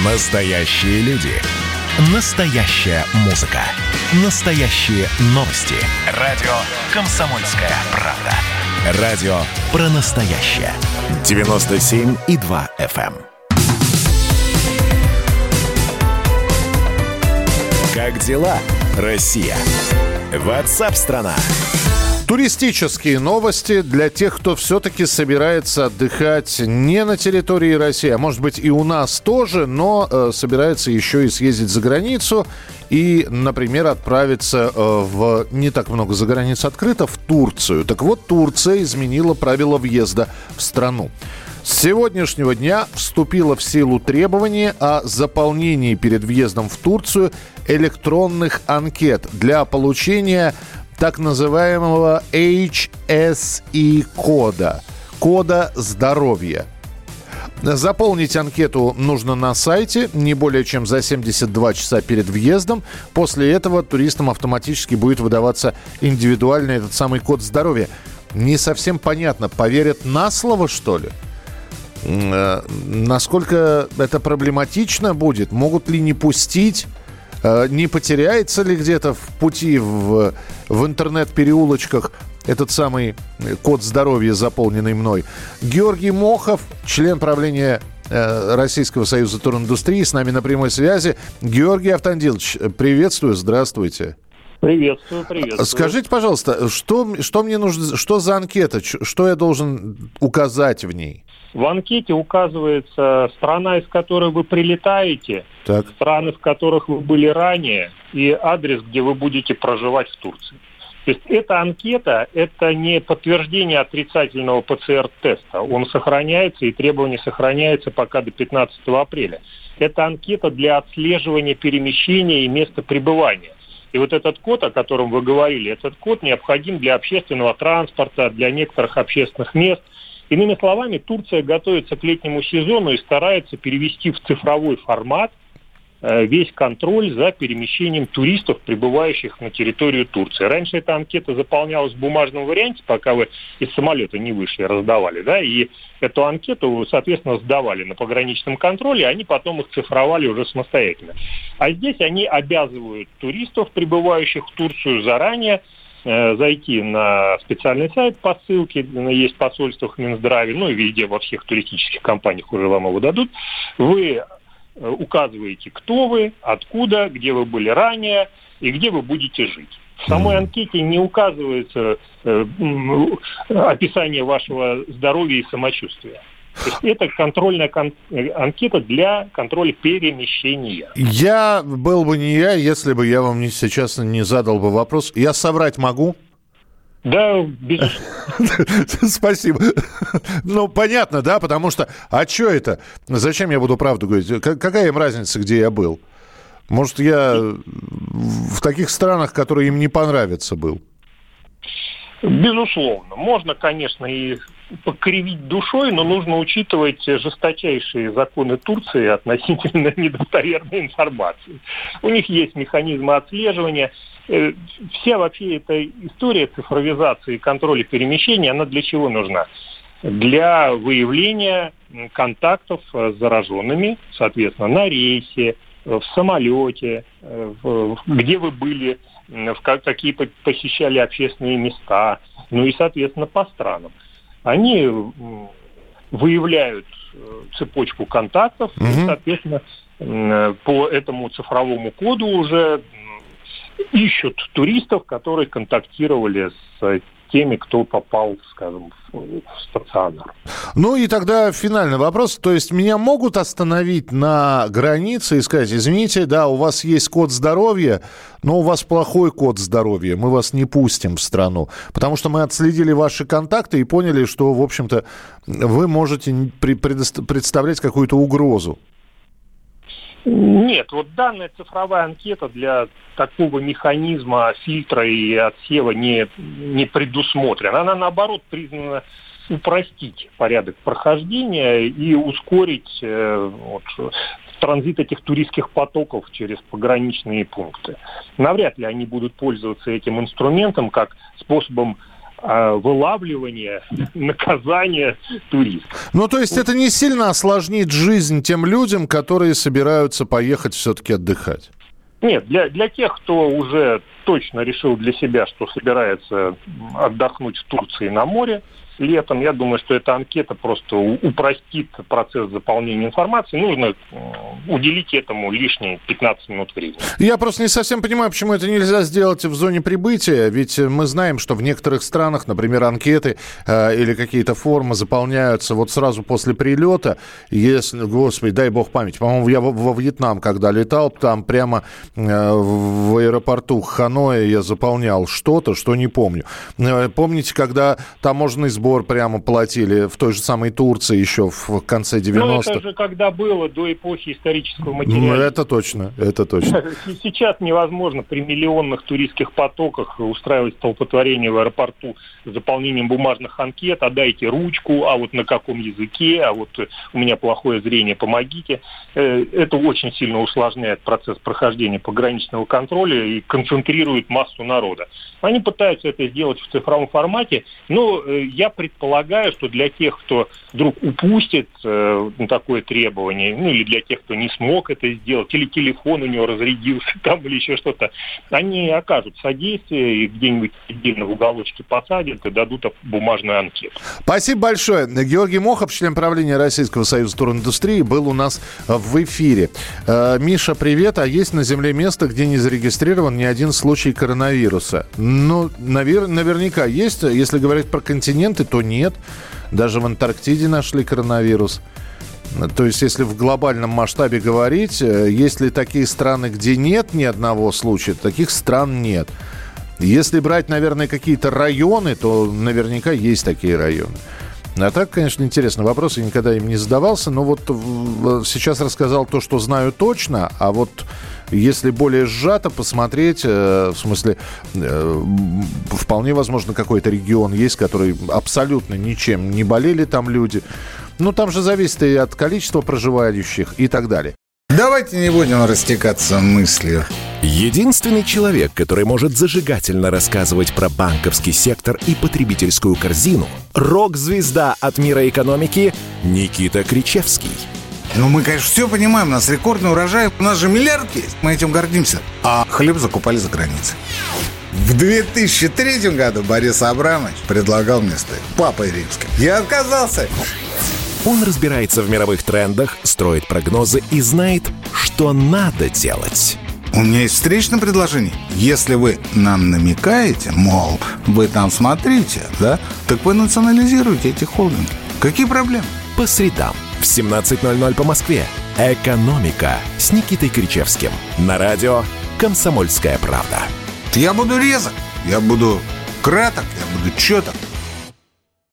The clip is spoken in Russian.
Настоящие люди. Настоящая музыка. Настоящие новости. Радио «Комсомольская правда». Радио про настоящее. 97,2 FM. Как дела, Россия? WhatsApp-страна. Туристические новости для тех, кто все-таки собирается отдыхать не на территории России, а может быть и у нас тоже, но собирается еще и съездить за границу и, например, отправиться в не так много за границ открыто, в Турцию. Так вот, Турция изменила правила въезда в страну. С сегодняшнего дня вступило в силу требование о заполнении перед въездом в Турцию электронных анкет для получения так называемого HSE-кода, кода здоровья. Заполнить анкету нужно на сайте не более чем за 72 часа перед въездом. После этого туристам автоматически будет выдаваться индивидуальный этот самый код здоровья. Не совсем понятно, поверят на слово, что ли? Насколько это проблематично будет? Могут ли не пустить? Не потеряется ли где-то в пути в интернет-переулочках этот самый код здоровья, заполненный мной? Георгий Мохов, член правления Российского союза туриндустрии, с нами на прямой связи. Георгий Автандилович, приветствую, здравствуйте. Приветствую. Скажите, пожалуйста, что мне нужно, что за анкета, что я должен указать в ней? В анкете указывается страна, из которой вы прилетаете, так. Страны, в которых вы были ранее, и адрес, где вы будете проживать в Турции. То есть эта анкета – это не подтверждение отрицательного ПЦР-теста. Он сохраняется, и требования сохраняются пока до 15 апреля. Это анкета для отслеживания перемещения и места пребывания. И вот этот код, о котором вы говорили, этот код необходим для общественного транспорта, для некоторых общественных мест. Иными словами, Турция готовится к летнему сезону и старается перевести в цифровой формат весь контроль за перемещением туристов, прибывающих на территорию Турции. Раньше эта анкета заполнялась в бумажном варианте, пока вы из самолета не вышли, раздавали, да, и эту анкету, соответственно, сдавали на пограничном контроле, они потом их цифровали уже самостоятельно. А здесь они обязывают туристов, прибывающих в Турцию, заранее зайти на специальный сайт по ссылке, есть в посольствах Минздраве, ну и везде, во всех туристических компаниях уже вам его дадут. Вы указываете, кто вы, откуда, где вы были ранее и где вы будете жить. В самой анкете не указывается описание вашего здоровья и самочувствия. То есть это контрольная анкета для контроля перемещения. Я был бы не я, если бы я вам сейчас не задал бы вопрос. Я соврать могу? Да, безусловно. Спасибо. Ну, понятно, да, потому что... А что это? Зачем я буду правду говорить? Какая им разница, где я был? Может, я в таких странах, которые им не понравятся, был? Безусловно. Можно, конечно, и покривить душой, но нужно учитывать жесточайшие законы Турции относительно недостоверной информации. У них есть механизмы отслеживания. Вся вообще эта история цифровизации и контроля перемещения, она для чего нужна? Для выявления контактов с зараженными, соответственно, на рейсе, в самолете, где вы были, какие посещали общественные места, ну и, соответственно, по странам. Они выявляют цепочку контактов, и, соответственно, по этому цифровому коду уже ищут туристов, которые контактировали с теми, кто попал, скажем, в стационар. Ну и тогда финальный вопрос. То есть меня могут остановить на границе и сказать: извините, да, у вас есть код здоровья, но у вас плохой код здоровья, мы вас не пустим в страну. Потому что мы отследили ваши контакты и поняли, что, в общем-то, вы можете представлять какую-то угрозу. Нет, вот данная цифровая анкета для такого механизма фильтра и отсева не предусмотрена. Она, наоборот, признана упростить порядок прохождения и ускорить транзит этих туристских потоков через пограничные пункты. Навряд ли они будут пользоваться этим инструментом как способом вылавливания, наказания туристов. Ну, то есть это не сильно осложнит жизнь тем людям, которые собираются поехать все-таки отдыхать? Нет, для тех, кто уже точно решил для себя, что собирается отдохнуть в Турции на море летом, я думаю, что эта анкета просто упростит процесс заполнения информации. Нужно уделить этому лишние 15 минут времени. Я просто не совсем понимаю, почему это нельзя сделать в зоне прибытия, ведь мы знаем, что в некоторых странах, например, анкеты или какие-то формы заполняются вот сразу после прилета. Если, господи, дай бог памяти, по-моему, я во Вьетнам, когда летал, там прямо в аэропорту Ханоя я заполнял что-то, что не помню. Помните, когда таможенный сбор прямо платили в той же самой Турции еще в конце 90-х? Ну, это же когда было до эпохи исторического материала. Ну, это точно, это точно. Сейчас невозможно при миллионных туристских потоках устраивать столпотворение в аэропорту с заполнением бумажных анкет. А дайте ручку, а вот на каком языке, а вот у меня плохое зрение, помогите. Это очень сильно усложняет процесс прохождения пограничного контроля и концентрирует массу народа. Они пытаются это сделать в цифровом формате, но я предполагаю, что для тех, кто вдруг упустит такое требование, ну или для тех, кто не смог это сделать, или телефон у него разрядился там, или еще что-то, они окажут содействие и где-нибудь отдельно в уголочке посадят и дадут бумажную анкету. Спасибо большое. Георгий Мохов, член правления Российского союза туриндустрии, был у нас в эфире. Миша, привет. А есть на Земле место, где не зарегистрирован ни один случай коронавируса? Ну, наверняка есть. Если говорить про континенты, то нет. Даже в Антарктиде нашли коронавирус. То есть, если в глобальном масштабе говорить, есть ли такие страны, где нет ни одного случая, таких стран нет. Если брать, наверное, какие-то районы, то наверняка есть такие районы. А так, конечно, интересный вопрос, я никогда им не задавался, но вот сейчас рассказал то, что знаю точно, а вот если более сжато посмотреть, в смысле, вполне возможно, какой-то регион есть, который абсолютно ничем не болели там люди. Ну, там же зависит и от количества проживающих и так далее. Давайте не будем растекаться мыслью. Единственный человек, который может зажигательно рассказывать про банковский сектор и потребительскую корзину – рок-звезда от мира экономики Никита Кричевский. Ну, мы, конечно, все понимаем, у нас рекордный урожай, у нас же миллиард есть, мы этим гордимся. А хлеб закупали за границей. В 2003 году Борис Абрамович предлагал мне стать папой римским. Я отказался. Он разбирается в мировых трендах, строит прогнозы и знает, что надо делать. У меня есть встречное предложение. Если вы нам намекаете, мол, вы там смотрите, да, так вы национализируете эти холдинги. Какие проблемы? По средам в 17:00 по Москве. «Экономика» с Никитой Кричевским. На радио «Комсомольская правда». Я буду резок, я буду краток, я буду четок.